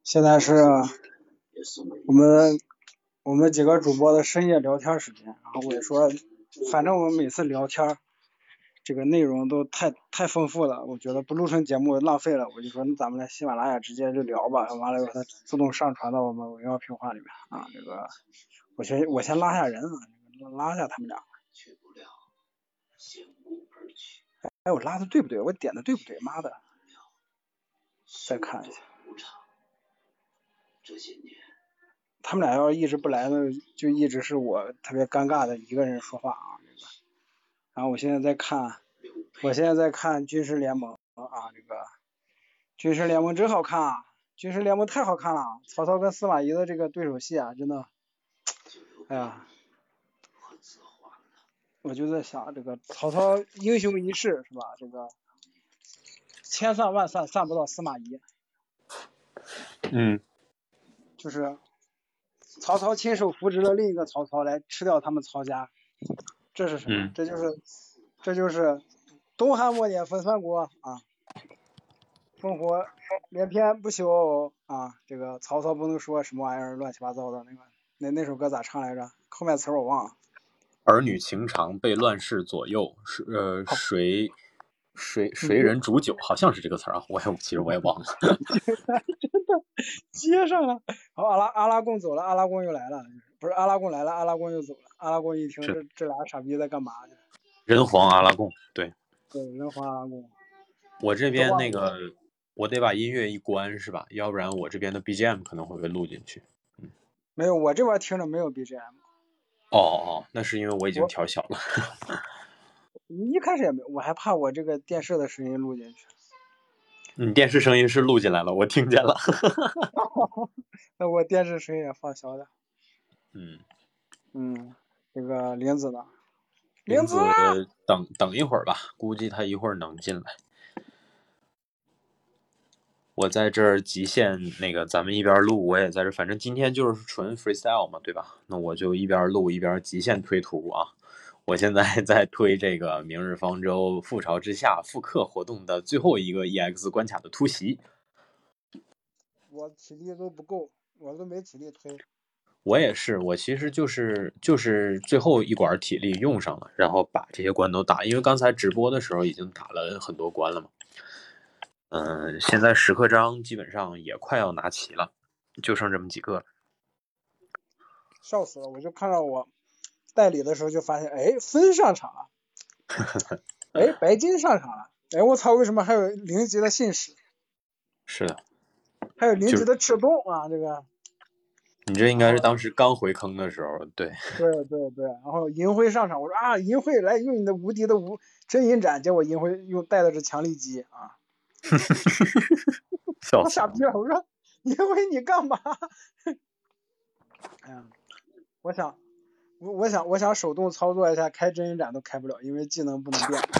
现在是我们几个主播的深夜聊天时间，然后我就说，反正我们每次聊天这个内容都太丰富了，我觉得不录成节目浪费了，我就说那咱们在喜马拉雅直接就聊吧，完了以后它自动上传到我们文耀评话里面啊。这个我先拉下人啊，拉下他们俩。哎，我拉的对不对？我点的对不对？妈的！再看一下。他们俩要是一直不来呢，就一直是我特别尴尬的一个人说话啊。这个，然后我现在在看军事联盟啊，这个军事联盟真好看啊，军事联盟太好看了。曹操跟司马懿的这个对手戏啊，真的，哎呀，我就在想这个曹操英雄一世是吧？这个千算万算算不到司马懿。就是曹操亲手扶植了另一个曹操来吃掉他们曹家，这是什么？这就是东汉末年焚三国啊，烽火连篇不休啊。这个曹操不能说什么玩意儿乱七八糟的那首歌咋唱来着？后面词我忘了。 儿女情长被乱世左右，谁人煮酒，好像是这个词啊，其实我也忘了。 真的接上了。好，阿拉贡走了，阿拉贡又来了，不是阿拉贡来了，阿拉贡又走了。阿拉贡一听这俩傻逼在干嘛呢？ 人皇阿拉贡，对， 人皇阿拉贡。 我这边那个我得把音乐一关是吧？要不然我这边的 BGM 可能会被录进去。 没有，我这边听着没有 BGM。 哦，那是因为我已经调小了。 你一开始也没，我还怕我这个电视的声音录进去。 你电视声音是录进来了，我听见了。 那我电视声音也放小点。这个林子呢？ 林子等一会儿吧，估计他一会儿能进来。我在这儿极限那个，咱们一边录，我也在这，反正今天就是纯 freestyle 嘛，对吧？那我就一边录一边极限推图啊。我现在在推这个《明日方舟：覆巢之下》复刻活动的最后一个 EX 关卡的突袭。 我体力都不够，我都没体力推。 我也是，我其实就是最后一管体力用上了，然后把这些关都打，因为刚才直播的时候已经打了很多关了嘛。现在10课章基本上也快要拿齐了，就剩这么几个了。 笑死了！我就看到我代理的时候就发现，哎，分上场了，哎，白金上场了，哎，我操，为什么还有0级的信使？ 是的， 还有0级的赤洞啊，这个。 你这应该是当时刚回坑的时候，对。 对，然后银辉上场，我说啊，银辉来用你的无敌的真银斩，结果银辉带的是强力击啊。 笑死！ 我傻逼了，我说银辉你干嘛？哎呀，我想手动操作一下开真银斩都开不了，因为技能不能变。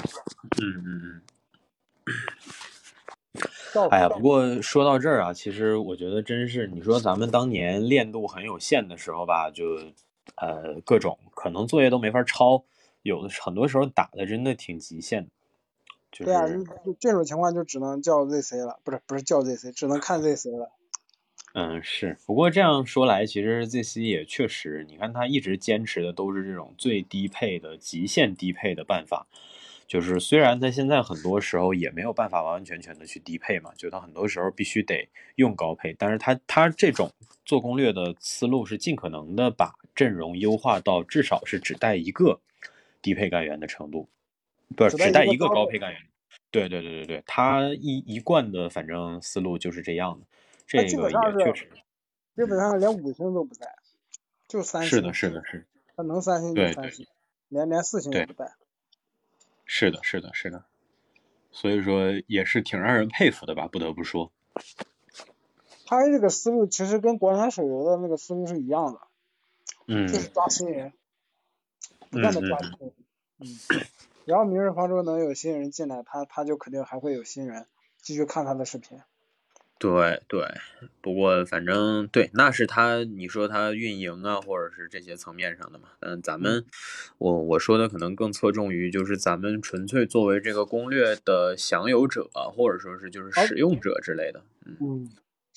哎呀，不过说到这儿啊，其实我觉得真是，你说咱们当年练度很有限的时候吧，就各种可能作业都没法抄，有的很多时候打的真的挺极限的。 对啊，这种情况就只能叫 ZC 了，不是叫 ZC， 只能看 ZC 了。 是。不过这样说来，其实 ZC 也确实，你看他一直坚持的都是这种最低配的极限低配的办法。就是虽然他现在很多时候也没有办法完完全全的去低配嘛，就他很多时候必须得用高配，但是他这种做攻略的思路是尽可能的把阵容优化到至少是只带一个低配干员的程度，不是只带一个高配干员。对，他一贯的反正思路就是这样的，这个也确实基本上连5星都不带，就3星。 是的， 他能3星就3星，连4星也不带。 是的，所以说也是挺让人佩服的吧，不得不说。 他这个思路其实跟国产手游的那个思路是一样的，就是抓新人，不断的抓新人。只要明日方舟能有新人进来，他就肯定还会有新人继续看他的视频。 对，不过反正对，那是你说他运营啊，或者是这些层面上的嘛。咱们，我说的可能更侧重于就是咱们纯粹作为这个攻略的享有者，或者说是就是使用者之类的。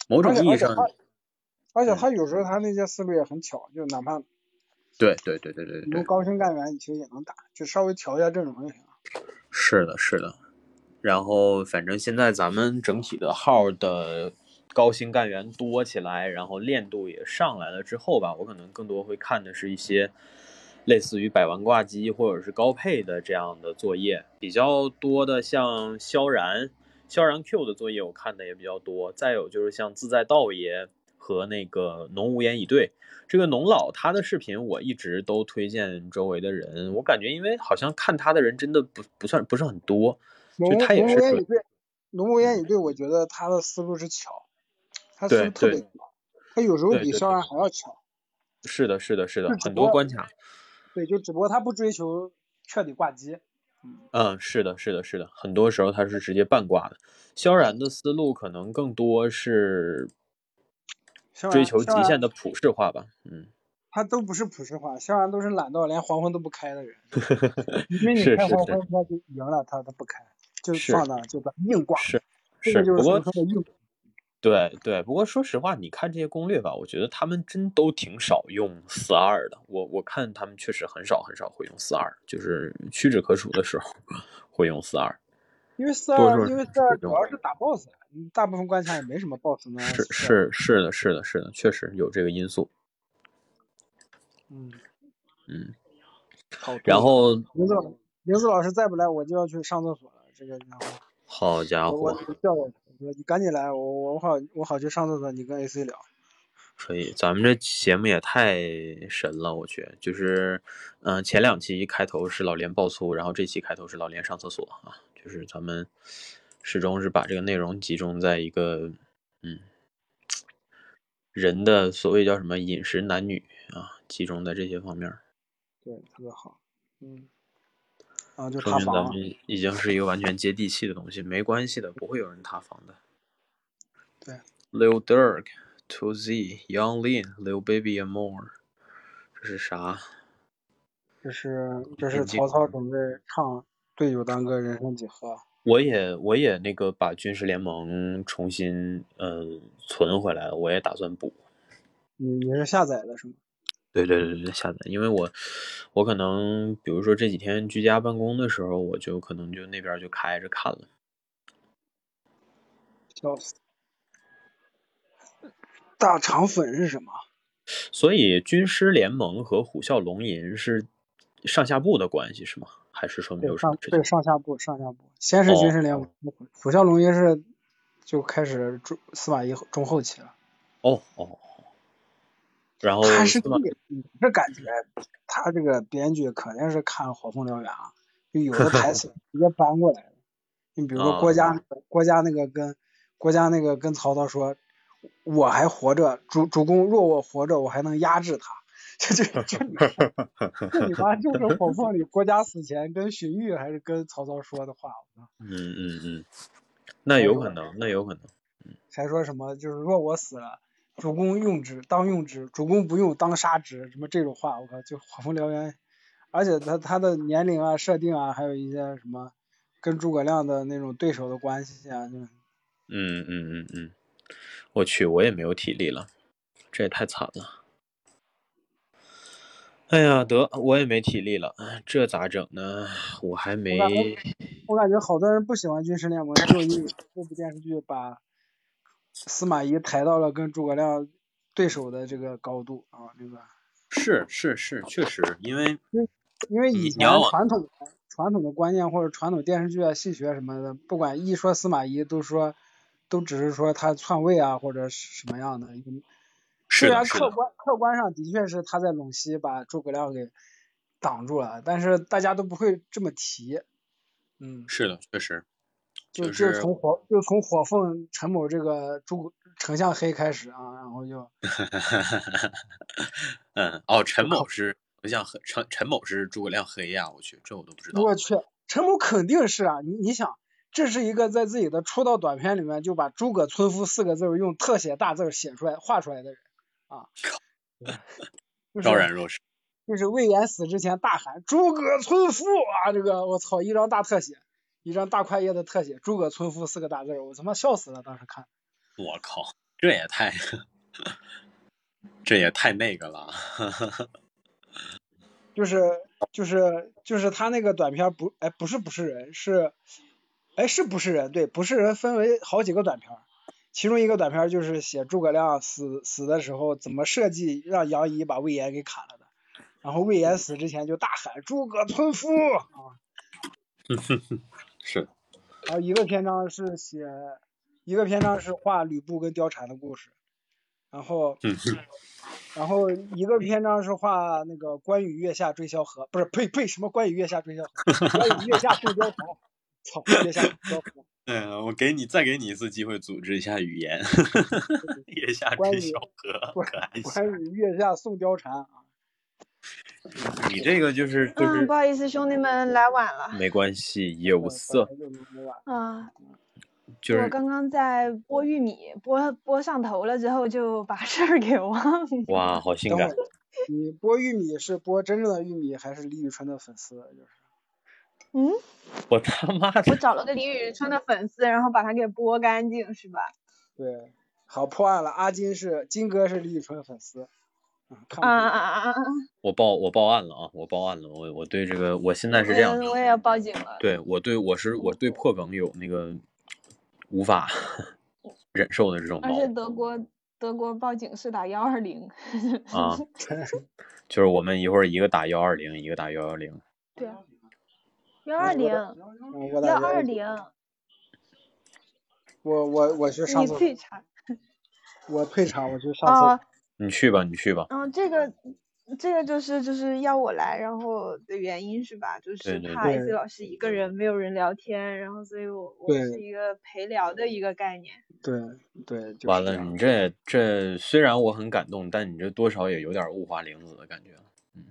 某种意义上， 而且他有时候他那些思路也很巧，就哪怕对， 用高星干员其实也能打，就稍微调一下阵容就行了。 是的。然后反正现在咱们整体的号的高星干员多起来，然后练度也上来了之后吧，我可能更多会看的是一些类似于百万挂机或者是高配的这样的作业，比较多的像萧然 Q 的作业我看的也比较多，再有就是像自在道爷和那个农无言以对。这个农老他的视频我一直都推荐周围的人，我感觉因为好像看他的人真的不是很多，就他也是农无言以对，我觉得他的思路是巧，他思路特别巧，他有时候比萧然还要巧。 是的，很多关卡。 对，就只不过他不追求彻底挂机。 是的，很多时候他是直接半挂的。萧然的思路可能更多是追求极限的普世化吧。 他都不是普世化，萧然都是懒到连黄昏都不开的人。因为你是开黄昏他就赢了，他不开，就放那就硬挂。这个就是说的硬。 对，不过说实话，你看这些攻略吧，我觉得他们真都挺少用4-2的。我看他们确实很少会用4-2，就是屈指可数的时候会用4-2。 因为4-2主要是打 BOSS， 大部分关卡也没什么 BOSS 呢。 是的，确实有这个因素。然后林子老师再不来，我就要去上厕所了。这个然后好家伙， 我叫我说你赶紧来，我好去上厕所，你跟 AC 聊。 可以，咱们这节目也太神了，我去，就是前2期开头是老连爆粗，然后这期开头是老连上厕所啊，就是咱们始终是把这个内容集中在一个人的所谓叫什么饮食男女啊，集中在这些方面。 对，特别好。就说明咱们已经是一个完全接地气的东西，没关系的，不会有人塌房的。 对。 Lil Durk、To Z、Young Lin、Lil Baby and More， 这是啥？ 这是曹操准备唱对酒当歌人生几何。 我也那个把军事联盟重新存回来了，我也打算补。 你是下载的是吗？ 对，下载，因为我可能比如说这几天居家办公的时候，我就可能就那边就开着看了。 笑死！大肠粉是什么？ 所以军师联盟和虎啸龙吟是上下部的关系是吗？还是说没有什么？ 对，上下部。先是军事联盟，虎啸龙吟是就开始司马懿中后期了。 然后他是这感觉，他这个编剧肯定是看《火凤燎原》啊，就有的台词直接搬过来了。你比如说郭嘉那个跟曹操说，我还活着，主公若我活着，我还能压制他。这你妈就是火凤里郭嘉死前跟荀彧还是跟曹操说的话。 那有可能。 还说什么就是若我死了，主公用之当用之，主公不用当杀之，什么这种话，我靠，就火凤燎原。而且他的年龄啊、设定啊，还有一些什么跟诸葛亮的那种对手的关系啊，就我去，我也没有体力了，这也太惨了。哎呀，得，我也没体力了，这咋整呢？我还没。 我感觉好多人不喜欢军事联盟，就因为这部电视剧把司马懿抬到了跟诸葛亮对手的这个高度啊，这个是，确实，因为以前传统的观念或者传统电视剧啊、戏谑什么的，不管一说司马懿，都只是说他篡位啊或者什么样的。虽然客观上的确是他在陇西把诸葛亮给挡住了，但是大家都不会这么提。 是的，确实。 就从火凤陈某这个丞相黑开始啊，然后就陈某是丞相黑，陈某是诸葛亮黑呀！我去，这我都不知道。 我去，陈某肯定是啊！你想，这是一个在自己的出道短片里面就把诸葛村夫4个字用特写大字写出来画出来的人啊， 昭然若市。 就是魏延死之前大喊诸葛村夫啊，这个我操，一张大特写。一张大块页的特写，诸葛村夫4个大字，我他妈笑死了！当时看， 我靠， 这也太那个了。 就是他那个短片不是人是不是人，对，不是人分为好几个短片，其中一个短片就是写诸葛亮死的时候怎么设计让杨仪把魏延给砍了的，然后魏延死之前就大喊诸葛吞夫啊。 是。 然后一个篇章是画吕布跟貂蝉的故事，然后一个篇章是画那个关羽月下追萧何，不是呸什么关羽月下追萧何，关羽月下送貂蝉，操，月下送貂蝉。 我再给你一次机会组织一下语言。月下追萧何， 关羽月下送貂蝉啊。 你这个就是不好意思，兄弟们来晚了。 没关系，有色。 我刚刚在剥玉米，剥上头了之后就把事儿给忘了。 哇，好性感！ 你剥玉米是剥真正的玉米还是李宇春的粉丝？ 我他妈的！ 我找了个李宇春的粉丝，然后把他给剥干净，是吧？ 对，好，破案了，金哥是李宇春的粉丝。 我报案了啊！我报案了，我对这个，我现在是这样， 我也要报警了。 对，我对破梗有那个无法忍受的这种毛病。 而且德国报警是打120 啊，就是我们一会儿一个打120，一个打110。 对，120。 我去上厕所。 你退场。 我退场，我去上厕所。 你去吧。 这个就是要我来，然后的原因是吧？就是怕 AC 老师一个人没有人聊天，然后所以我是一个陪聊的一个概念。 对。 完了，你这虽然我很感动，但你这多少也有点物化玲子的感觉了。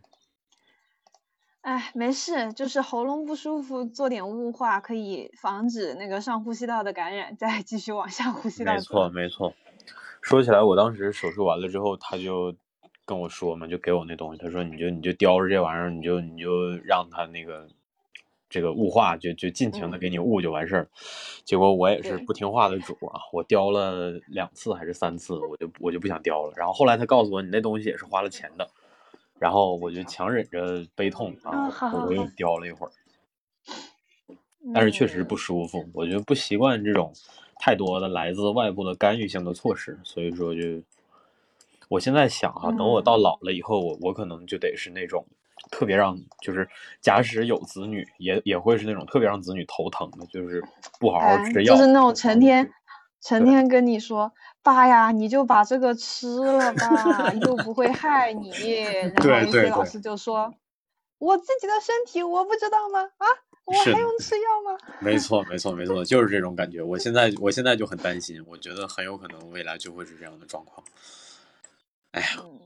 没事，就是喉咙不舒服，做点雾化可以防止那个上呼吸道的感染，再继续往下呼吸道走。 没错。说起来，我当时手术完了之后，他就跟我说嘛，就给我那东西，他说你就叼着这玩意儿，你就让他那个这个雾化，就尽情的给你雾就完事儿。结果我也是不听话的主啊，我叼了2次还是3次，我就不想叼了。然后后来他告诉我，你那东西也是花了钱的。然后我就强忍着悲痛我又叼了一会儿，但是确实不舒服，我觉得不习惯这种太多的来自外部的干预性的措施，所以说我现在想等我到老了以后，我可能就得是那种特别让，就是假使有子女也会是那种特别让子女头疼的，就是不好好吃药， 就是那种成天跟你说，爸呀，你就把这个吃了吧，又不会害你。然后 AC 老师就说，我自己的身体我不知道吗？我还用吃药吗？ 没错，就是这种感觉。我现在就很担心，我觉得很有可能未来就会是这样的状况。哎呀，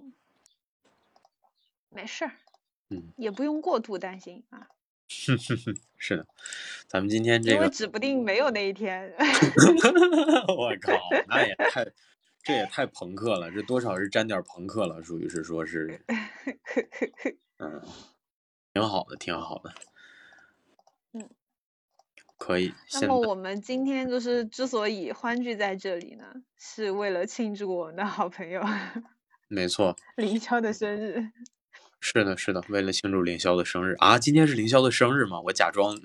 没事儿，也不用过度担心啊。 是的，咱们今天这个， 因为指不定没有那一天。 我靠，这也太朋克了，这多少是沾点朋克了，属于是说是，挺好的。可以。 那么我们今天就是之所以欢聚在这里呢，是为了庆祝我们的好朋友。 没错。 凌霄的生日。 是的，为了庆祝凌霄的生日啊！今天是凌霄的生日吗？我假装，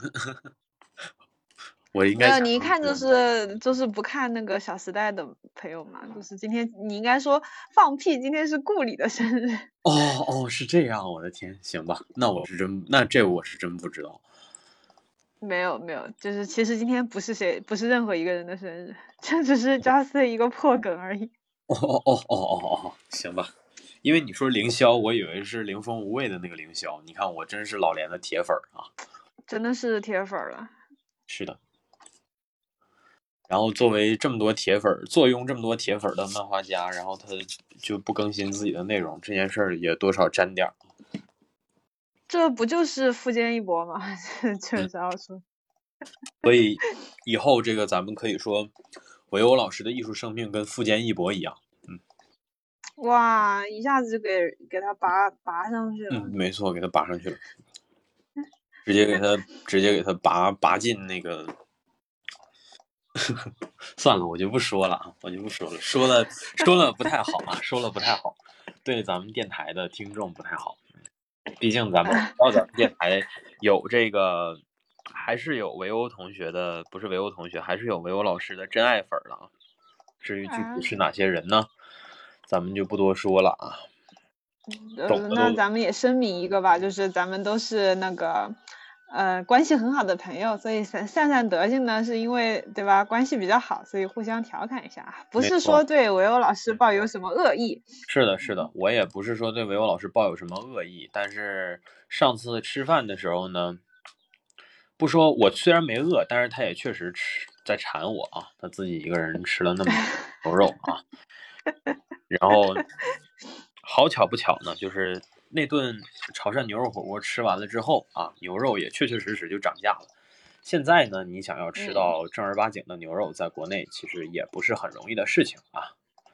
我应该没有，你一看就是不看那个《小时代》的朋友嘛，就是今天你应该说放屁，今天是顾里的生日。 哦，是这样，我的天，行吧，那这我是真不知道。 没有，就是其实今天不是任何一个人的生日，这只是Just一个破梗而已。 哦，行吧。因为你说凌霄，我以为是凌风无畏的那个凌霄。你看，我真是老连的铁粉啊！ 真的是铁粉了。 是的。然后作为这么多铁粉，坐拥这么多铁粉的漫画家，然后他就不更新自己的内容，这件事儿也多少沾点。 这不就是富坚义博吗？确实要说。 所以以后这个咱们可以说，唯欧老师的艺术生命跟富坚义博一样。 哇，一下子就给他拔上去了。 没错，给他拔上去了，直接给他拔进那个算了，我就不说了啊，我就不说了，说了不太好啊，说了不太好，对咱们电台的听众不太好。毕竟咱们电台有这个，还是有维欧同学的，不是维欧同学，还是有维欧老师的真爱粉的啊。至于具体是哪些人呢，咱们就不多说了啊。 那咱们也声明一个吧，就是咱们都是那个关系很好的朋友，所以散德性呢，是因为对吧关系比较好，所以互相调侃一下，不是说对维欧老师抱有什么恶意。 是的，是的，我也不是说对维欧老师抱有什么恶意，但是上次吃饭的时候呢，不说我虽然没饿，但是他也确实在馋我啊，他自己一个人吃了那么多牛肉啊，然后好巧不巧呢，就是那顿潮汕牛肉火锅吃完了之后啊，牛肉也确实就涨价了。现在呢，你想要吃到正儿八经的牛肉，在国内其实也不是很容易的事情啊。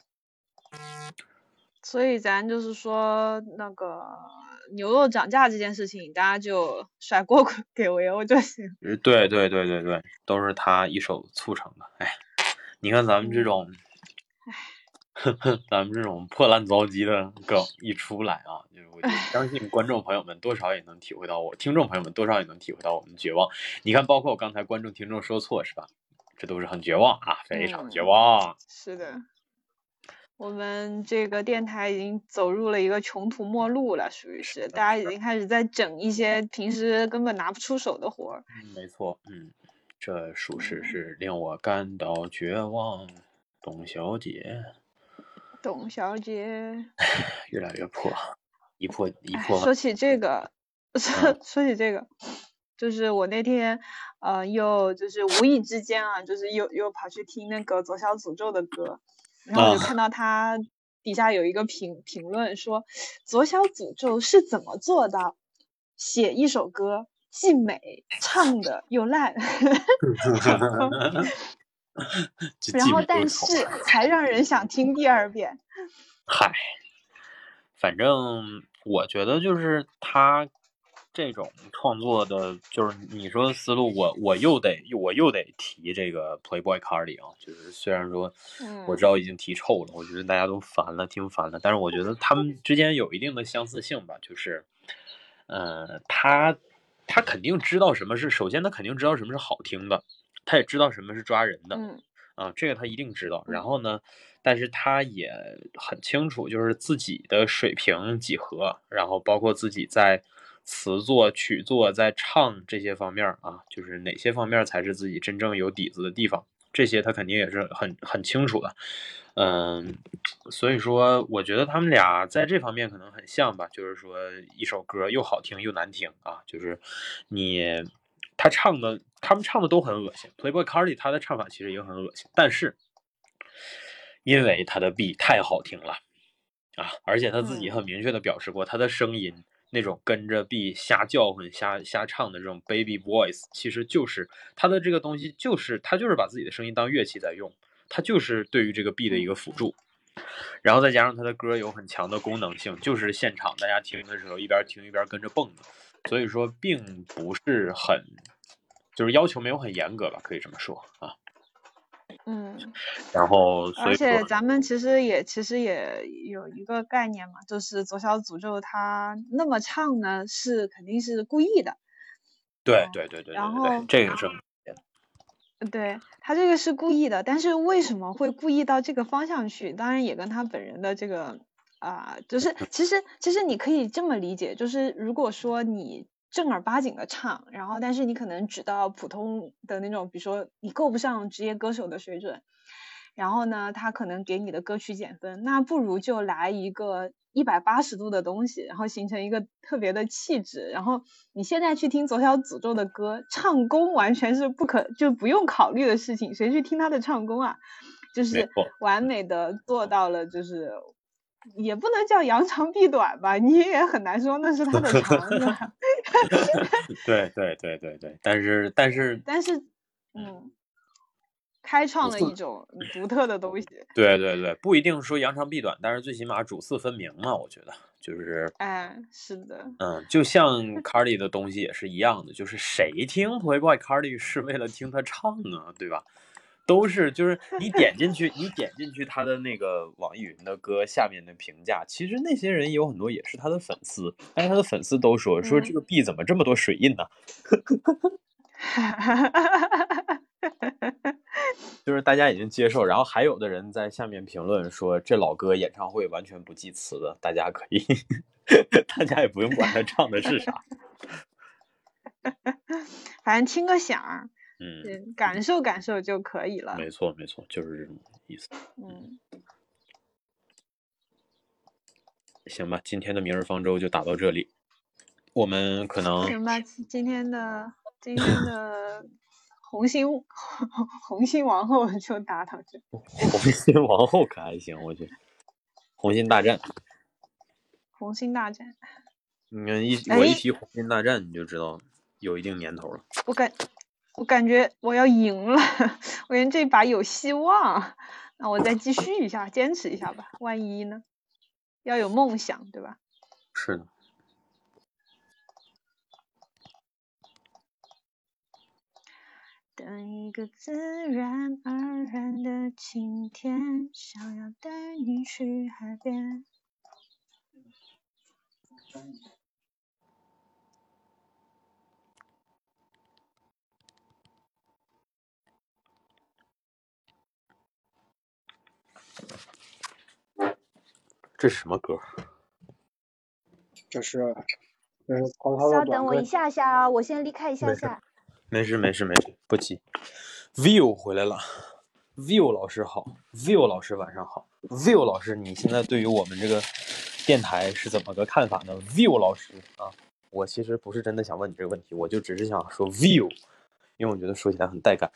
所以咱就是说，那个牛肉涨价这件事情，大家就甩锅给维欧就行。 对，都是他一手促成的。哎，你看咱们这种，咱们这种破烂糟鸡的梗一出来啊，就是我相信观众朋友们多少也能体会到听众朋友们多少也能体会到我们绝望。你看，包括我刚才观众听众说错是吧？这都是很绝望啊，非常绝望。 是的。我们这个电台已经走入了一个穷途末路了，属于是大家已经开始在整一些平时根本拿不出手的活儿。 没错，这属实是令我感到绝望。董小姐，越来越破，一破。 说起这个，就是我那天又就是无意之间啊，就是又跑去听那个左小诅咒的歌。然后我就看到他底下有一个评论说，左小诅咒是怎么做到写一首歌既美唱的又烂，然后但是还让人想听第二遍。 嗨，反正我觉得就是他这种创作的，就是你说的思路，我又得提这个 Playboy Cardi 啊，就是虽然说我知道已经提臭了，我觉得大家都听烦了，但是我觉得他们之间有一定的相似性吧，就是他肯定知道什么是，首先他肯定知道什么是好听的，他也知道什么是抓人的，这个他一定知道。然后呢，但是他也很清楚，就是自己的水平几何，然后包括自己在词作、曲作、在唱这些方面啊，就是哪些方面才是自己真正有底子的地方，这些他肯定也是很清楚的。所以说我觉得他们俩在这方面可能很像吧，就是说一首歌又好听又难听啊，就是他们唱的都很恶心。Playboy Cardi 他的唱法其实也很恶心，但是因为他的 beat 太好听了啊，而且他自己很明确的表示过，他的声音那种跟着 beat 瞎叫唤、瞎唱的这种 baby voice， 其实就是他的这个东西，他就是把自己的声音当乐器在用，他就是对于这个 beat 的一个辅助。然后再加上他的歌有很强的功能性，就是现场大家听的时候一边听一边跟着蹦的，所以说并不是就是要求没有很严格吧，可以这么说啊。然后所以而且咱们其实也有一个概念嘛，就是左小诅咒他那么唱呢，是肯定是故意的。 对， 然后这个是对，他这个是故意的，但是为什么会故意到这个方向去？当然也跟他本人的这个就是其实你可以这么理解，就是如果说你正儿八经的唱，然后但是你可能只到普通的那种，比如说你够不上职业歌手的水准，然后呢，他可能给你的歌曲减分，那不如就来一个180度的东西，然后形成一个特别的气质。然后你现在去听左小诅咒的歌，唱功完全是就不用考虑的事情，谁去听他的唱功啊？就是完美的做到了，就是也不能叫扬长避短吧，你也很难说那是他的长是吧？ 对，但是开创了一种独特的东西。 对，不一定说扬长避短，但是最起码主次分明嘛，我觉得就是是的， 就像 Cardi 的东西也是一样的，就是谁听 Playboy Cardi 是为了听他唱啊，对吧？ 都是就是你点进去他的那个网易云的歌下面的评价，其实那些人有很多也是他的粉丝，但是他的粉丝都说这个币怎么这么多水印呢？就是大家已经接受，然后还有的人在下面评论说这老哥演唱会完全不记词的，大家可以大家也不用管他唱的是啥， 反正听个响，感受感受就可以了。 没错没错，就是这种意思。行吧，今天的明日方舟就打到这里，我们可能行吧，今天的红心王后就打到这。 红心王后可还行，我觉得红心大战。 红心大战， 我一提红心大战，你就知道有一定年头了。 我感觉我要赢了，我感觉这把有希望。那我再继续一下，坚持一下吧，万一呢？要有梦想，对吧？ 是的。 等一个自然而然的晴天，想要带你去海边。 这是什么歌？ 这是曹操的短歌。 稍等我一下下，我先离开一下下。 没事，不急。View 回来了 ，View 老师好 ，View 老师晚上好 ，View 老师，你现在对于我们这个电台是怎么个看法呢 ？View 老师啊，我其实不是真的想问你这个问题，我就只是想说 View， 因为我觉得说起来很带感。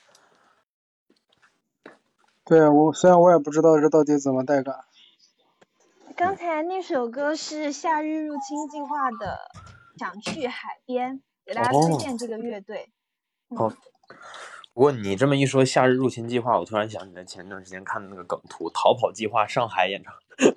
对，虽然我也不知道这到底怎么带感。 刚才那首歌是夏日入侵计划的《想去海边》，给大家推荐这个乐队。 不过你这么一说，夏日入侵计划，我突然想起来前段时间看的那个梗图，逃跑计划上海演唱。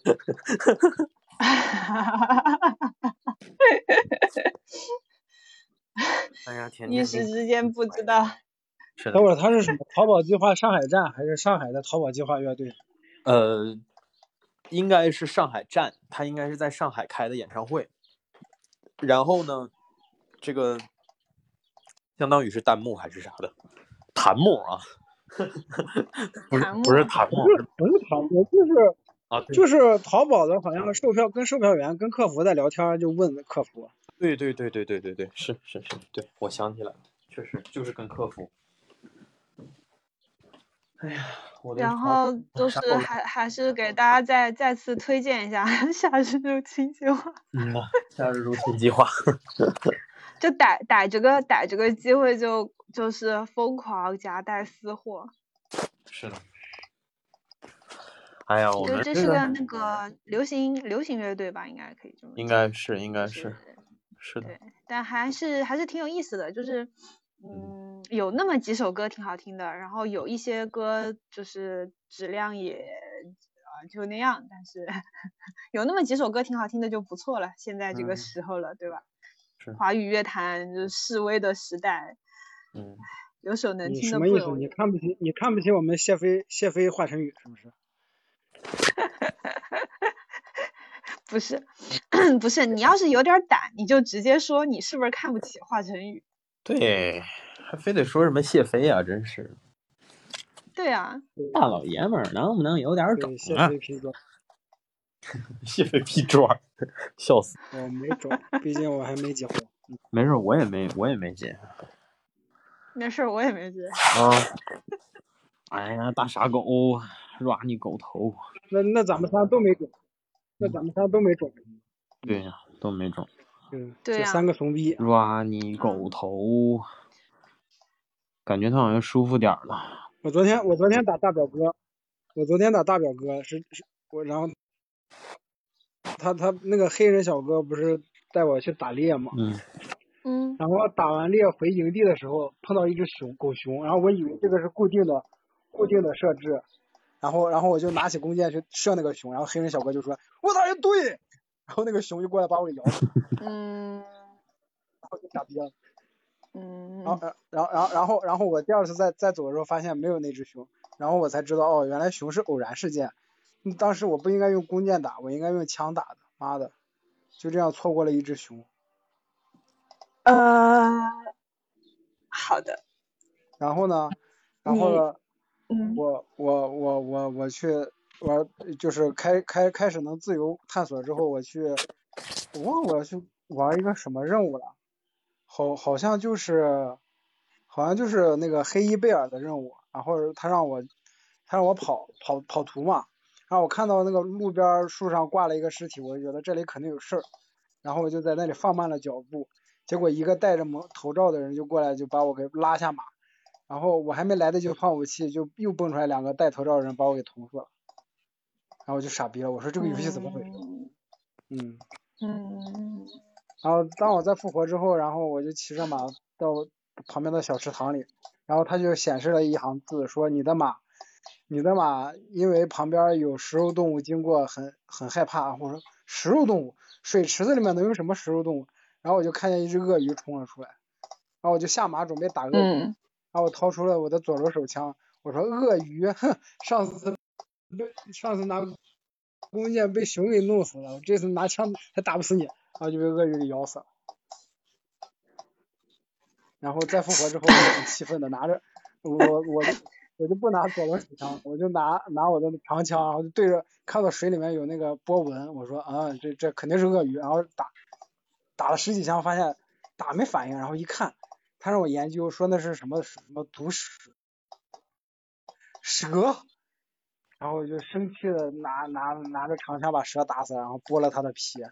哎呀，天！ 一时之间不知道。 等会儿他是什么？逃跑计划上海站还是上海的逃跑计划乐队？ 应该是上海站，他应该是在上海开的演唱会。然后呢，这个相当于是弹幕还是啥的？弹幕啊，不是弹幕， 不是弹幕，就是淘宝的，好像跟售票员跟客服在聊天，就问客服。 对，是，对，我想起来了，确实就是跟客服。哎呀， 然后就是还是给大家再次推荐一下夏日入侵计划。 夏日入侵计划。 就逮着个机会就是疯狂夹带私货。 是的。哎呀，我们这是个那个流行乐队吧，应该可以这么说。 应该是。是的。 对，但还是挺有意思的，就是有那么几首歌挺好听的，然后有一些歌就是质量也就那样，但是有那么几首歌挺好听的就不错了，现在这个时候了，对吧？华语乐坛就是示威的时代，有首能听的不容易。 你什么意思？你看不起我们谢飞华晨宇是不是？ 不是，你要是有点胆，你就直接说你是不是看不起华晨宇？ 对，还非得说什么谢飞啊，真是。 对啊， 大老爷们儿能不能有点种啊？谢飞劈砖，笑死！ 我没种，毕竟我还没结婚。 没事，我也没结。 没事，我也没结。 哎呀，大傻狗，ra 你狗头！ 那咱们仨都没种。 对呀，都没种。 对呀。 这3个怂逼。 ra 你狗头！感觉他好像舒服点了。 我昨天打大表哥，然后他那个黑人小哥不是带我去打猎吗？然后打完猎回营地的时候碰到一只狗熊，然后我以为这个是固定的设置，然后我就拿起弓箭去射那个熊，然后黑人小哥就说我打人对，然后那个熊就过来把我给咬死。然后就傻逼了。然后我第二次再走的时候发现没有那只熊， 然后我才知道哦，原来熊是偶然事件。当时我不应该用弓箭打，我应该用枪打的，妈的，就这样错过了一只熊。 好的。 然后呢，我去玩，就是开始能自由探索之后，我忘了我去玩一个什么任务了，好像就是那个黑衣贝尔的任务，然后他让我跑图嘛，然后我看到那个路边树上挂了一个尸体，我就觉得这里肯定有事儿，然后我就在那里放慢了脚步，结果一个戴着头罩的人就过来就把我给拉下马，然后我还没来得及换武器，就又蹦出来2个戴头罩的人把我给捅死了，然后我就傻逼了，我说这个游戏怎么回事？然后当我在复活之后，然后我就骑着马到旁边的小池塘里，然后它就显示了一行字，说你的马因为旁边有食肉动物经过很害怕，或者说食肉动物，水池子里面能有什么食肉动物？然后我就看见一只鳄鱼冲了出来，然后我就下马准备打鳄鱼，然后我掏出了我的左轮手枪，我说鳄鱼，哼，上次拿弓箭被熊给弄死了，我这次拿枪还打不死你，然后就被鳄鱼给咬死了。然后再复活之后，我就很气愤的拿着我就不拿左轮手枪，我就拿我的长枪，然后就对着看到水里面有那个波纹，我说这肯定是鳄鱼，然后打了10几枪，发现打没反应，然后一看，他让我研究说那是什么毒蛇，然后我就生气的拿着长枪把蛇打死，然后剥了它的皮。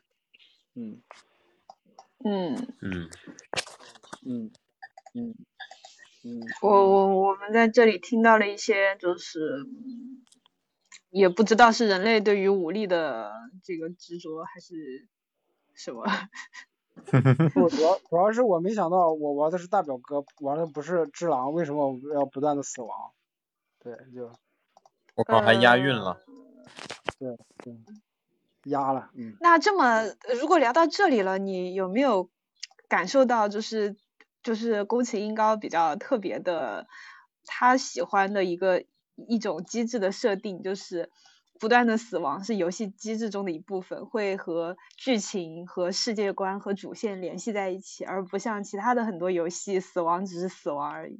我们在这里听到了一些，就是也不知道是人类对于武力的这个执着还是什么。 主要是我没想到我玩的是大表哥，玩的不是只狼，为什么我要不断的死亡？对，就我靠，还押韵了。 对，压了。 那这么，如果聊到这里了，你有没有感受到就是宫崎英高比较特别的，他喜欢的一种机制的设定，就是不断的死亡是游戏机制中的一部分，会和剧情和世界观和主线联系在一起，而不像其他的很多游戏，死亡只是死亡而已。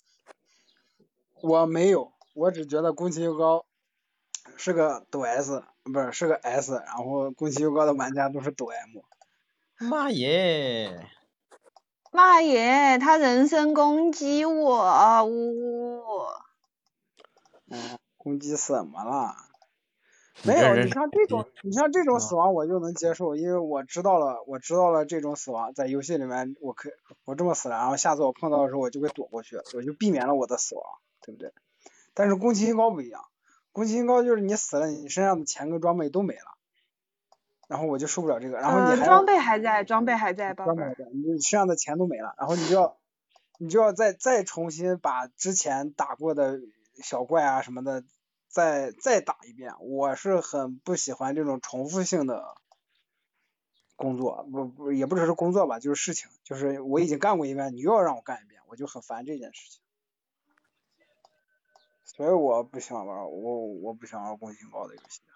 我没有，我只觉得宫崎英高是个抖 S， 不是是个 S， 然后宫崎英高的玩家都是抖 M。 妈耶！ 他人身攻击我， 攻击什么了？没有，你像这种死亡我就能接受，因为我知道了这种死亡在游戏里面我这么死了，然后下次我碰到的时候我就会躲过去，我就避免了我的死亡，对不对？但是宫崎英高不一样，宫崎英高就是你死了，你身上的钱跟装备都没了，然后我就受不了这个，然后你还装备还在，宝贝儿， 你身上的钱都没了，然后你就要再重新把之前打过的小怪啊什么的再打一遍，我是很不喜欢这种重复性的工作，也不只是工作吧，就是事情，就是我已经干过一遍，你又要让我干一遍，我就很烦这件事情，所以我不喜欢玩，我不喜欢玩宫崎英高的游戏。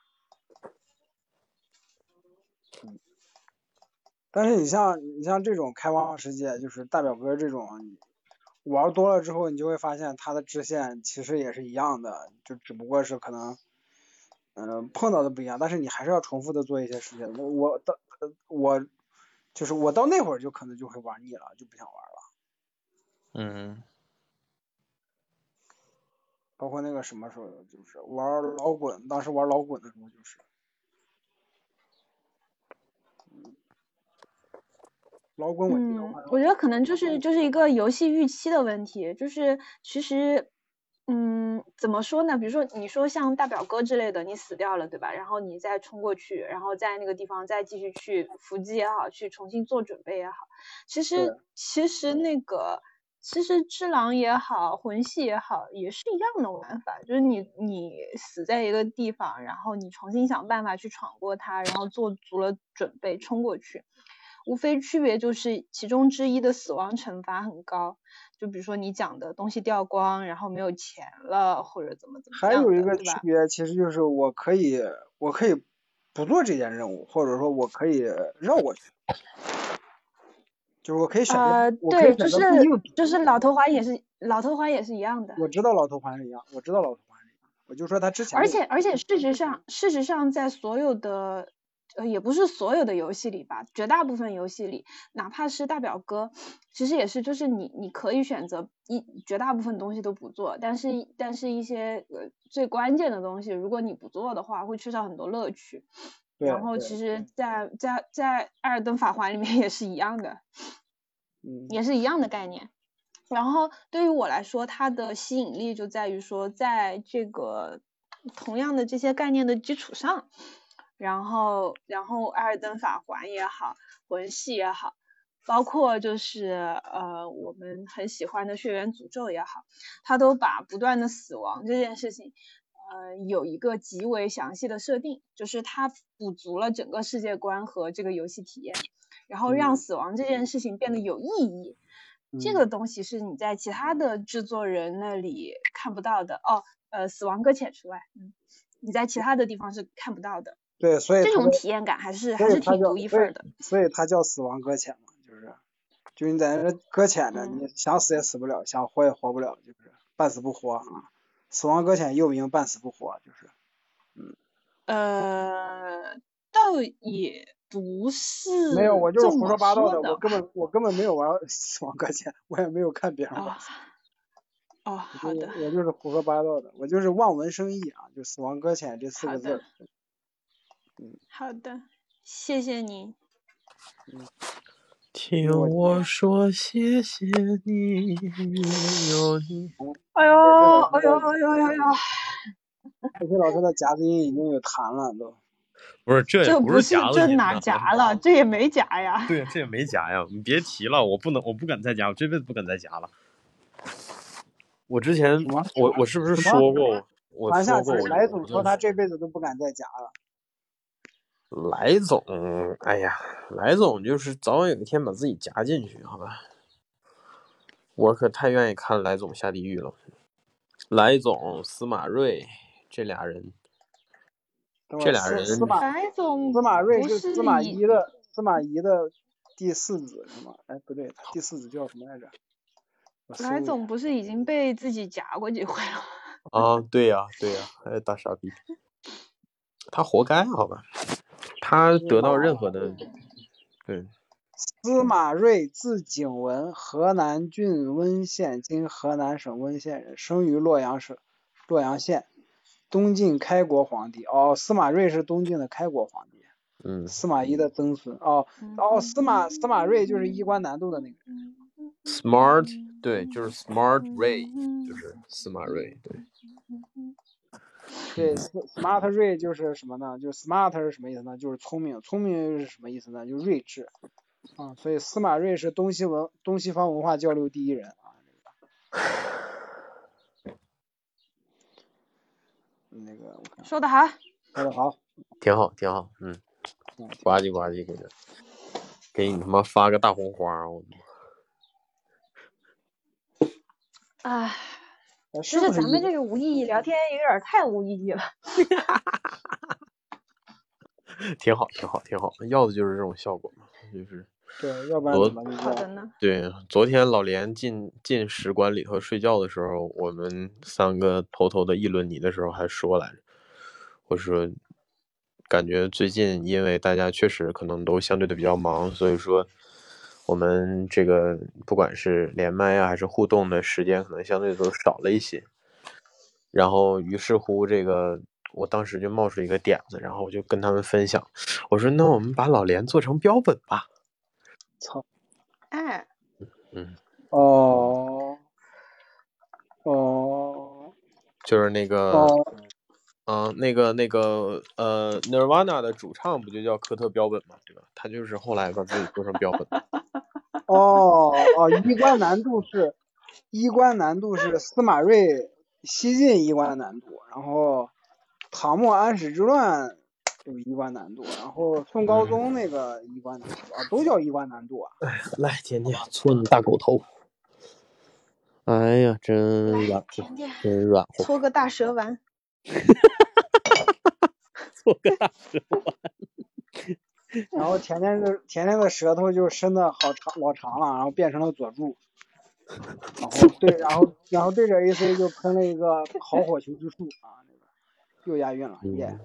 但是你像这种开放世界，就是大表哥这种，玩多了之后，你就会发现它的支线其实也是一样的，就只不过是可能碰到的不一样，但是你还是要重复的做一些事情。我到那会儿就可能就会玩腻了，就不想玩了。包括那个什么时候，就是玩老滚，当时玩老滚的时候就是。老滚我觉得可能就是一个游戏预期的问题，就是其实怎么说呢？比如说你说像大表哥之类的，你死掉了，对吧？然后你再冲过去，然后在那个地方再继续去伏击也好，去重新做准备也好，其实只狼也好，魂系也好，也是一样的玩法，就是你死在一个地方，然后你重新想办法去闯过它，然后做足了准备冲过去。 无非区别就是其中之一的死亡惩罚很高，就比如说你讲的东西掉光，然后没有钱了，或者怎么样的， 还有一个区别其实就是我可以不做这件任务，或者说我可以绕过去，就是我可以选择对，就是老头环也是一样的。 我知道老头环是一样，我就说他之前。 而且事实上在所有的也不是所有的游戏里吧，绝大部分游戏里，哪怕是大表哥，其实也是就是你可以选择绝大部分东西都不做，但是一些最关键的东西，如果你不做的话，会缺少很多乐趣。然后其实在艾尔登法环里面也是一样的，也是一样的概念。然后对于我来说，它的吸引力就在于说，在这个同样的这些概念的基础上，然后艾尔登法环也好，魂系也好，包括就是我们很喜欢的血缘诅咒也好，它都把不断的死亡这件事情有一个极为详细的设定，就是它补足了整个世界观和这个游戏体验，然后让死亡这件事情变得有意义。这个东西是你在其他的制作人那里看不到的死亡搁浅除外，你在其他的地方是看不到的。 对，所以这种体验感还是挺独一份的。 所以它叫死亡搁浅嘛，就是你在那搁浅着，你想死也死不了，想活也活不了，就是半死不活啊。死亡搁浅又名半死不活，就是倒也不是没有，我就是胡说八道的，我根本没有玩死亡搁浅，我也没有看别人玩。 好的。 我就是胡说八道的，我就是望文生义啊，就死亡搁浅这4个字。 好的，谢谢你。 听我说谢谢你，有你。 哎呦！ 佩奇老师的夹子音已经有弹了都。 不是，这不是夹子音， 这哪夹了？这也没夹呀。 对，这也没夹呀！你别提了，我不敢再夹，我这辈子不敢再夹了。我之前我是不是说过？我说过， 来总说他这辈子都不敢再夹了。 来总，哎呀，来总就是早晚有一天把自己夹进去，好吧？我可太愿意看来总下地狱了。来总、司马睿这俩人， 司马睿是司马懿的第4子是吗？哎，不对，第4子叫什么来着？ 来总不是已经被自己夹过几回了？ 啊，对呀，哎，大傻逼，他活该，好吧？他得到任何的，对。 司马睿，字景文，河南郡温县（今河南省温县人），生于洛阳县，东晋开国皇帝。司马睿是东晋的开国皇帝。司马懿的曾孙。司马睿就是衣冠南渡的那个人。 Smart， 对，就是 Smart Ray， 就是司马睿，对。 对 ，Smart Ray 就是什么呢？就是 Smart 是什么意思呢？就是聪明，聪明是什么意思呢？就是睿智。所以司马睿是东西方文化交流第一人啊。那个我看说得好， 挺好，呱唧呱唧，给你他妈发个大红花，我哎，就是咱们这个无意义聊天有点太无意义了。 挺好，要的就是这种效果嘛，就是。 对，要不然怎么好的呢？ 对，昨天老连进使馆里头睡觉的时候，我们3个偷偷的议论你的时候还说来着，我说感觉最近因为大家确实可能都相对的比较忙，所以说我们这个不管是连麦啊还是互动的时间可能相对都少了一些，然后于是乎这个我当时就冒出一个点子，然后我就跟他们分享，我说那我们把老连做成标本吧。 操！ 哎， 就是那个，Nirvana 的主唱不就叫科特标本吗？对吧？他就是后来把自己做成标本。 衣冠南渡是司马睿西晋衣冠南渡，然后唐末安史之乱就一关难度，然后送高中那个一关难度啊，都叫一关难度啊。 来，甜甜搓你大狗头。哎呀，真软和，真软和。 搓个大蛇丸。 搓个大蛇丸。 然后甜甜的舌头就伸的老长了，然后变成了佐助。然后对着 AC 就喷了一个好火球之术啊，那个又押韵了，耶！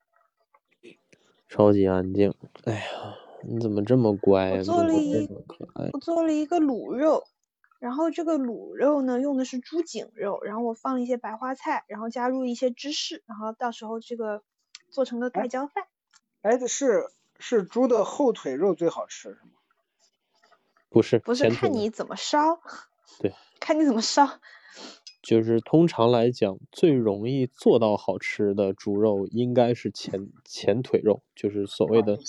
超级安静。哎呀，你怎么这么乖呀？ 我做了一个卤肉，然后这个卤肉呢用的是猪颈肉，然后我放了一些白花菜，然后加入一些芝士，然后到时候这个做成个盖浇饭。 哎，是猪的后腿肉最好吃是吗？ 不是， 看你怎么烧。 对， 看你怎么烧。 就是通常来讲，最容易做到好吃的猪肉应该是前腿肉，就是所谓的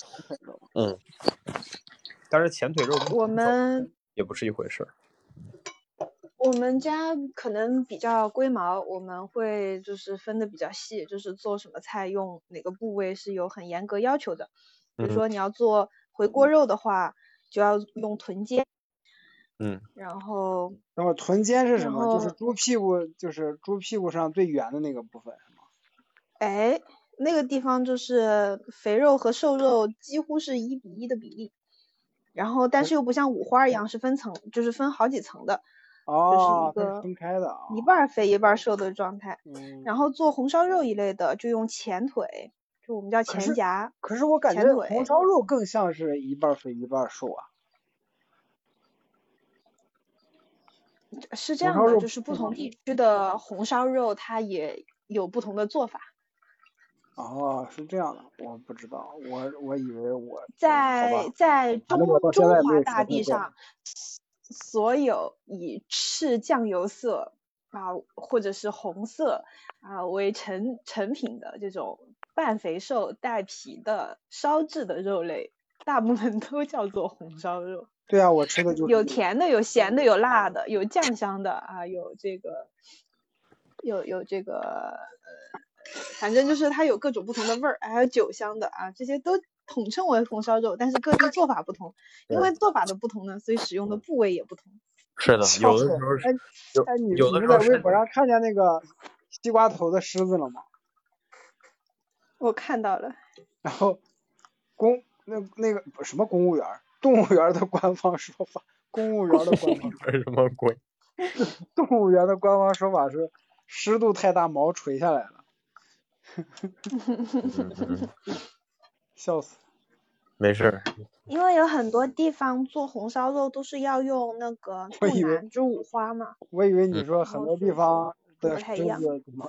但是前腿肉我们也不是一回事。 我们家可能比较龟毛，我们会就是分的比较细，就是做什么菜用哪个部位是有很严格要求的。比如说你要做回锅肉的话，就要用臀尖。然后臀尖是什么？就是猪屁股上最圆的那个部分是吗？ 哎，那个地方就是肥肉和瘦肉几乎是1:1的比例，然后但是又不像五花一样是分层，就是分好几层的。 哦， 就是一个分开的， 一半肥一半瘦的状态。然后做红烧肉一类的就用前腿，就我们叫前夹。 可是我感觉红烧肉更像是一半肥一半瘦啊。 是这样的，就是不同地区的红烧肉它也有不同的做法。 哦，是这样的，我不知道，我以为在中华大地上，所有以赤酱油色或者是红色为成品的这种半肥瘦带皮的烧制的肉类，大部分都叫做红烧肉。 对啊，我吃的就是有甜的，有咸的，有辣的，有酱香的有这个有这个反正就是它有各种不同的味儿，还有酒香的这些都统称为红烧肉，但是各地做法不同，因为做法的不同呢，所以使用的部位也不同。 是的，有的时候你们在微博上看见那个西瓜头的狮子了吗？ 我看到了。 然后那个什么公务员，动物园的官方说法，公务员的官方什么鬼？ 动物园的官方说法是湿度太大，毛垂下来了。笑死。 没事。 因为有很多地方做红烧肉都是要用那个肚腩，就五花嘛。 我以为你说很多地方的狮子怎么？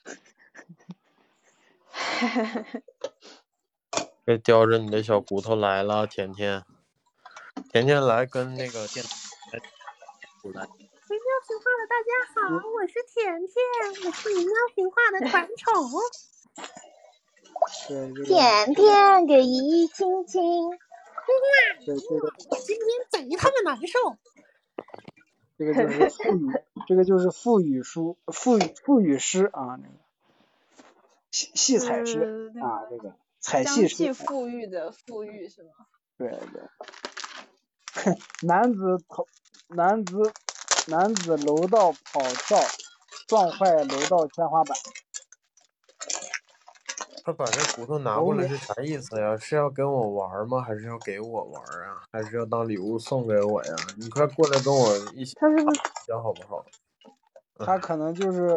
别叼着你的小骨头来了，甜甜来跟那个电台来。 喵评话的大家好，我是甜甜，我是喵评话的团宠。 甜甜给姨亲亲。 我今天贼他妈难受。 这个就是腹语诗啊，那个戏彩诗这个彩戏诗。 将气馥郁的馥郁是吗？ 对。男子楼道跑跳，撞坏楼道天花板。 他把这骨头拿过来是啥意思呀？是要跟我玩吗？还是要给我玩啊？还是要当礼物送给我呀？你快过来跟我一起讲好不好？ 他可能就是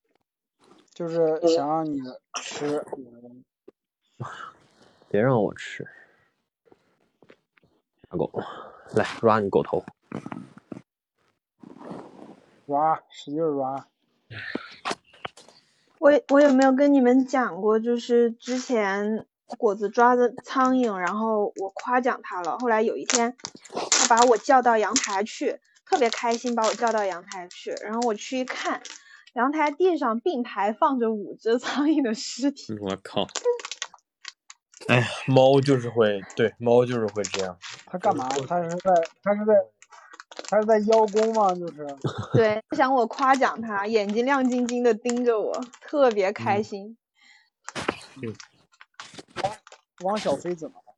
想让你吃。 别让我吃。大狗，来抓你狗头。 抓，使劲抓。 我有没有跟你们讲过，就是之前果子抓的苍蝇，然后我夸奖他了，后来有一天他把我叫到阳台去，特别开心把我叫到阳台去，然后我去一看，阳台地上并排放着5只苍蝇的尸体。 我靠！哎呀，猫就是会这样。 他干嘛？他是在邀功吗？就是。 对，想我夸奖他，眼睛亮晶晶的盯着我，特别开心。 汪小菲怎么了？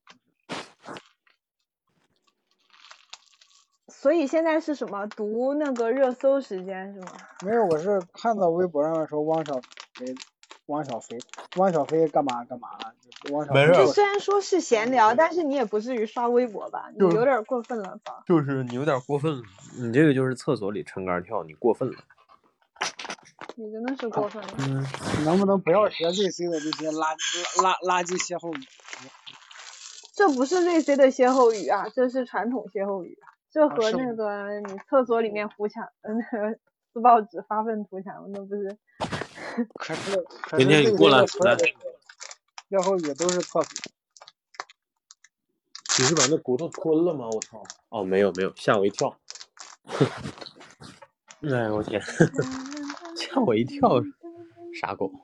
所以现在是什么？读那个热搜时间是吗？ 没有，我是看到微博上面说汪小菲干嘛干嘛了？汪小菲这虽然说是闲聊，但是你也不至于刷微博吧？你有点过分了吧？ 就是你有点过分了，你这个就是厕所里撑杆跳，你过分了。 你真的是过分了。 你能不能不要学 ZC 的这些垃圾歇后语？ 这不是 ZC 的歇后语啊，这是传统歇后语。这和那个你厕所里面糊墙，那个撕报纸发愤图强，那不是？ 可是今天你过来， 歇后语都是厕所。 你是把那骨头吞了吗？我操！哦，没有，吓我一跳。哎我天，吓我一跳，傻狗！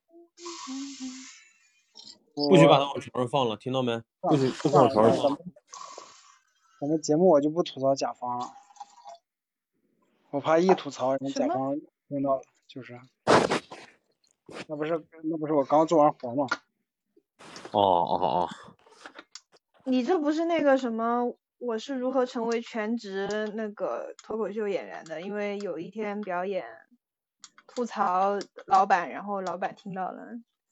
不许把它往床上放了，听到没？不许往床上放。 咱们节目我就不吐槽甲方了，我怕一吐槽人甲方听到了，就是。那不是我刚做完活吗？ 哦。 你这不是那个什么？我是如何成为全职那个脱口秀演员的？因为有一天表演吐槽老板，然后老板听到了。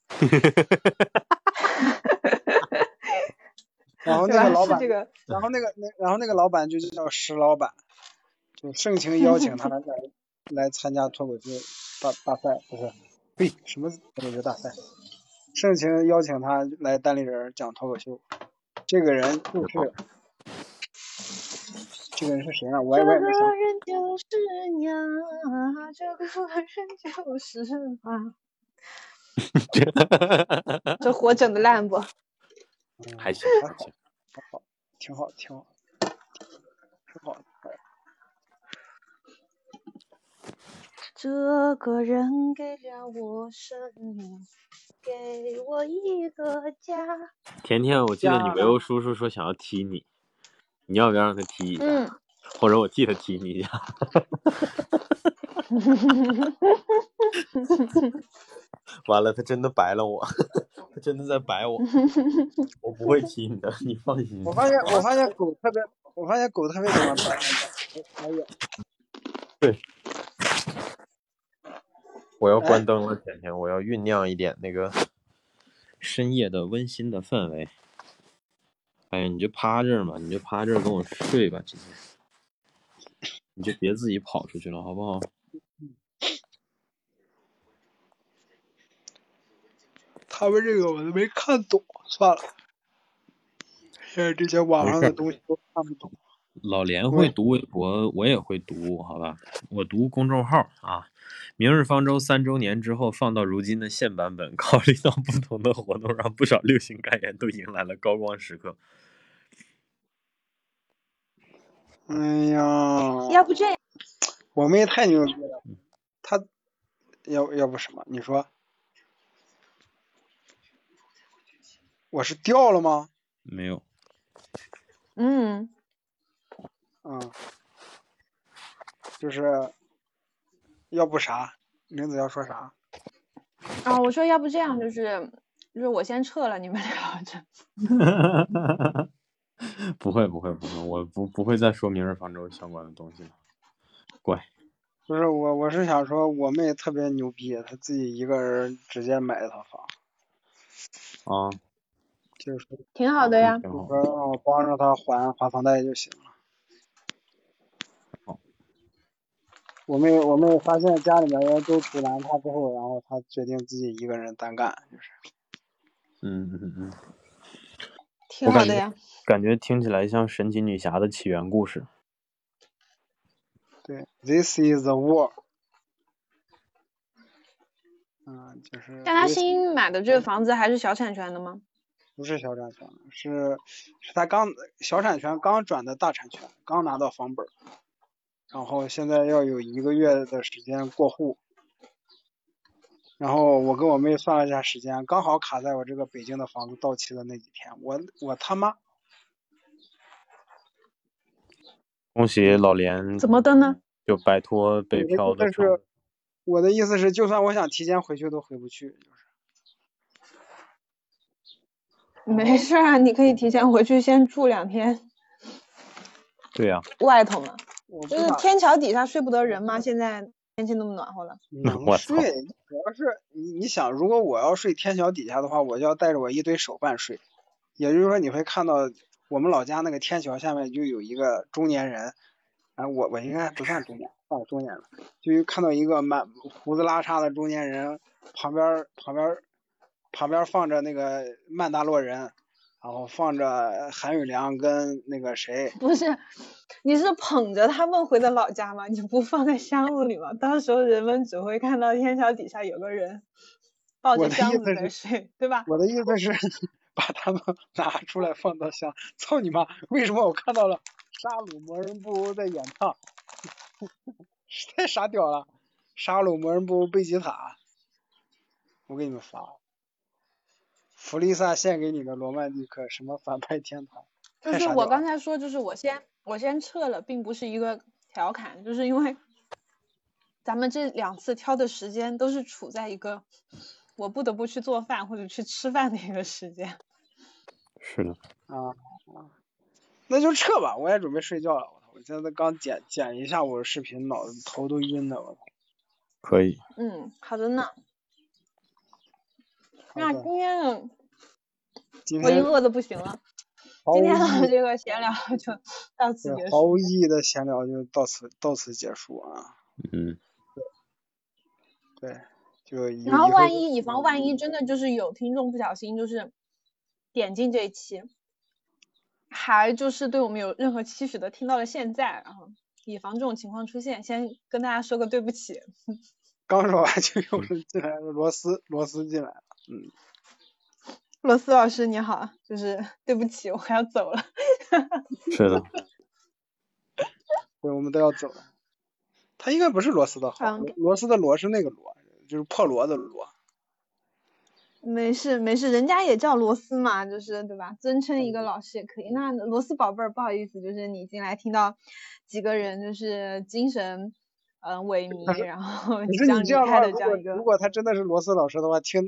然后那个老板，然后那个老板就叫石老板，就盛情邀请他来参加脱口秀大赛，不是？对，什么脱口秀大赛？盛情邀请他来单立人讲脱口秀。这个人是谁啊？我也没想。 这个人就是呀，这个人就是啊。这活整的烂不？ 还行， 挺好。 这个人给了我生命，给我一个家。 甜甜，我记得你维欧叔叔说想要踢你，你要不要让他踢一下？或者我替他踢你一下？完了，他真的白了我，他真的在白我。我不会踢你的，你放心。 我发现狗特别喜欢白眼。 对。我要关灯了，甜甜，我要酝酿一点那个深夜的温馨的氛围。哎呀，你就趴这儿嘛，你就趴这儿跟我睡吧，今天。你就别自己跑出去了，好不好？ 他们这个我都没看懂，算了。现在这些网上的东西都看不懂。 老连会读微博，我也会读，好吧？我读公众号啊。明日方舟3周年之后放到如今的现版本，考虑到不同的活动，让不少六星感言都迎来了高光时刻。 哎呀， 要不这样， 我妹太牛逼了，她要不什么？你说我是掉了吗？ 没有。 就是要不啥？玲子要说啥？ 啊，我说要不这样，就是我先撤了，你们聊着。 不会，我不会再说明日方舟相关的东西了。乖。 不是我是想说，我妹特别牛逼，她自己一个人直接买了套房。 啊。 就是挺好的呀。 就说让我帮着她还房贷就行了。我妹发现家里面人都阻拦她之后，然后她决定自己一个人单干，就是。 挺好的呀。 感觉听起来像神奇女侠的起源故事。 对 ，This is the war。就是。 但他新买的这个房子还是小产权的吗？ 不是小产权，是他小产权刚转的大产权，刚拿到房本，然后现在要有1个月的时间过户。然后我跟我妹算了一下时间，刚好卡在我这个北京的房子到期的那几天。我他妈！ 恭喜老连。 怎么的呢？ 就摆脱北漂的生活。 我的意思是，就算我想提前回去都回不去，就是。 没事啊，你可以提前回去先住2天。 对呀、 外头嘛，就是我不打天桥底下睡不得人嘛，现在天气那么暖和了。 能我操睡，主要是你想，如果我要睡天桥底下的话，我就要带着我一堆手办睡。也就是说，你会看到我们老家那个天桥下面就有一个中年人，啊，我应该不算中年，算中年了，就看到一个胡子拉碴的中年人，旁边放着那个曼达洛人，然后放着韩宇良跟那个谁， 不是，你是捧着他们回的老家吗？你不放在箱子里吗？到时候人们只会看到天桥底下有个人抱着箱子在睡，对吧？ 我的意思是把他们拿出来放到箱，操你妈！为什么我看到了沙鲁魔人布欧在演唱？太傻屌了！沙鲁魔人布欧贝吉塔，我给你们发。弗利萨献给你的罗曼蒂克，什么反派天堂？ 就是我刚才说，就是我先撤了，并不是一个调侃，就是因为咱们这2次挑的时间都是处在一个我不得不去做饭或者去吃饭的一个时间。 是的。 那就撤吧，我也准备睡觉了。我现在刚剪一下午的视频，脑子头都晕的。我可以。 好的呢。那今天我已经饿得不行了。今天的这个闲聊就到此结束。 毫无意义的闲聊就到此结束啊。对，就然后以防万一真的就是有听众不小心就是点进这一期，还就是对我们有任何期许的听到了现在，然后以防这种情况出现，先跟大家说个对不起。 刚说完就有人进来了，罗斯进来了。 罗斯老师你好，就是对不起，我要走了。 是的。 对，我们都要走了。他应该不是罗斯的号，罗斯的罗是那个罗，就是破锣的锣。 没事，人家也叫罗斯嘛，就是对吧？尊称一个老师也可以。那罗斯宝贝儿，不好意思，就是你进来听到几个人就是精神萎靡，然后即将离开的这样一个。 如果他真的是罗斯老师的话，听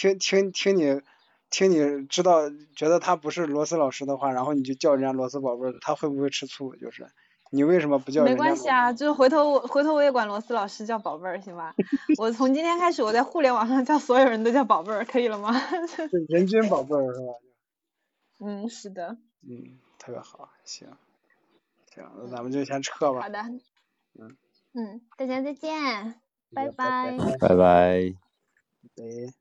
你知道觉得他不是罗斯老师的话，然后你就叫人家罗斯宝贝儿，他会不会吃醋？就是你为什么不叫人家？ 没关系啊，就是回头我也管罗斯老师叫宝贝儿，行吧？我从今天开始，我在互联网上叫所有人都叫宝贝儿，可以了吗？ 人均宝贝儿是吧？ 是的。 特别好，行，那咱们就先撤吧。 好的。大家再见，拜拜。 拜拜。 拜。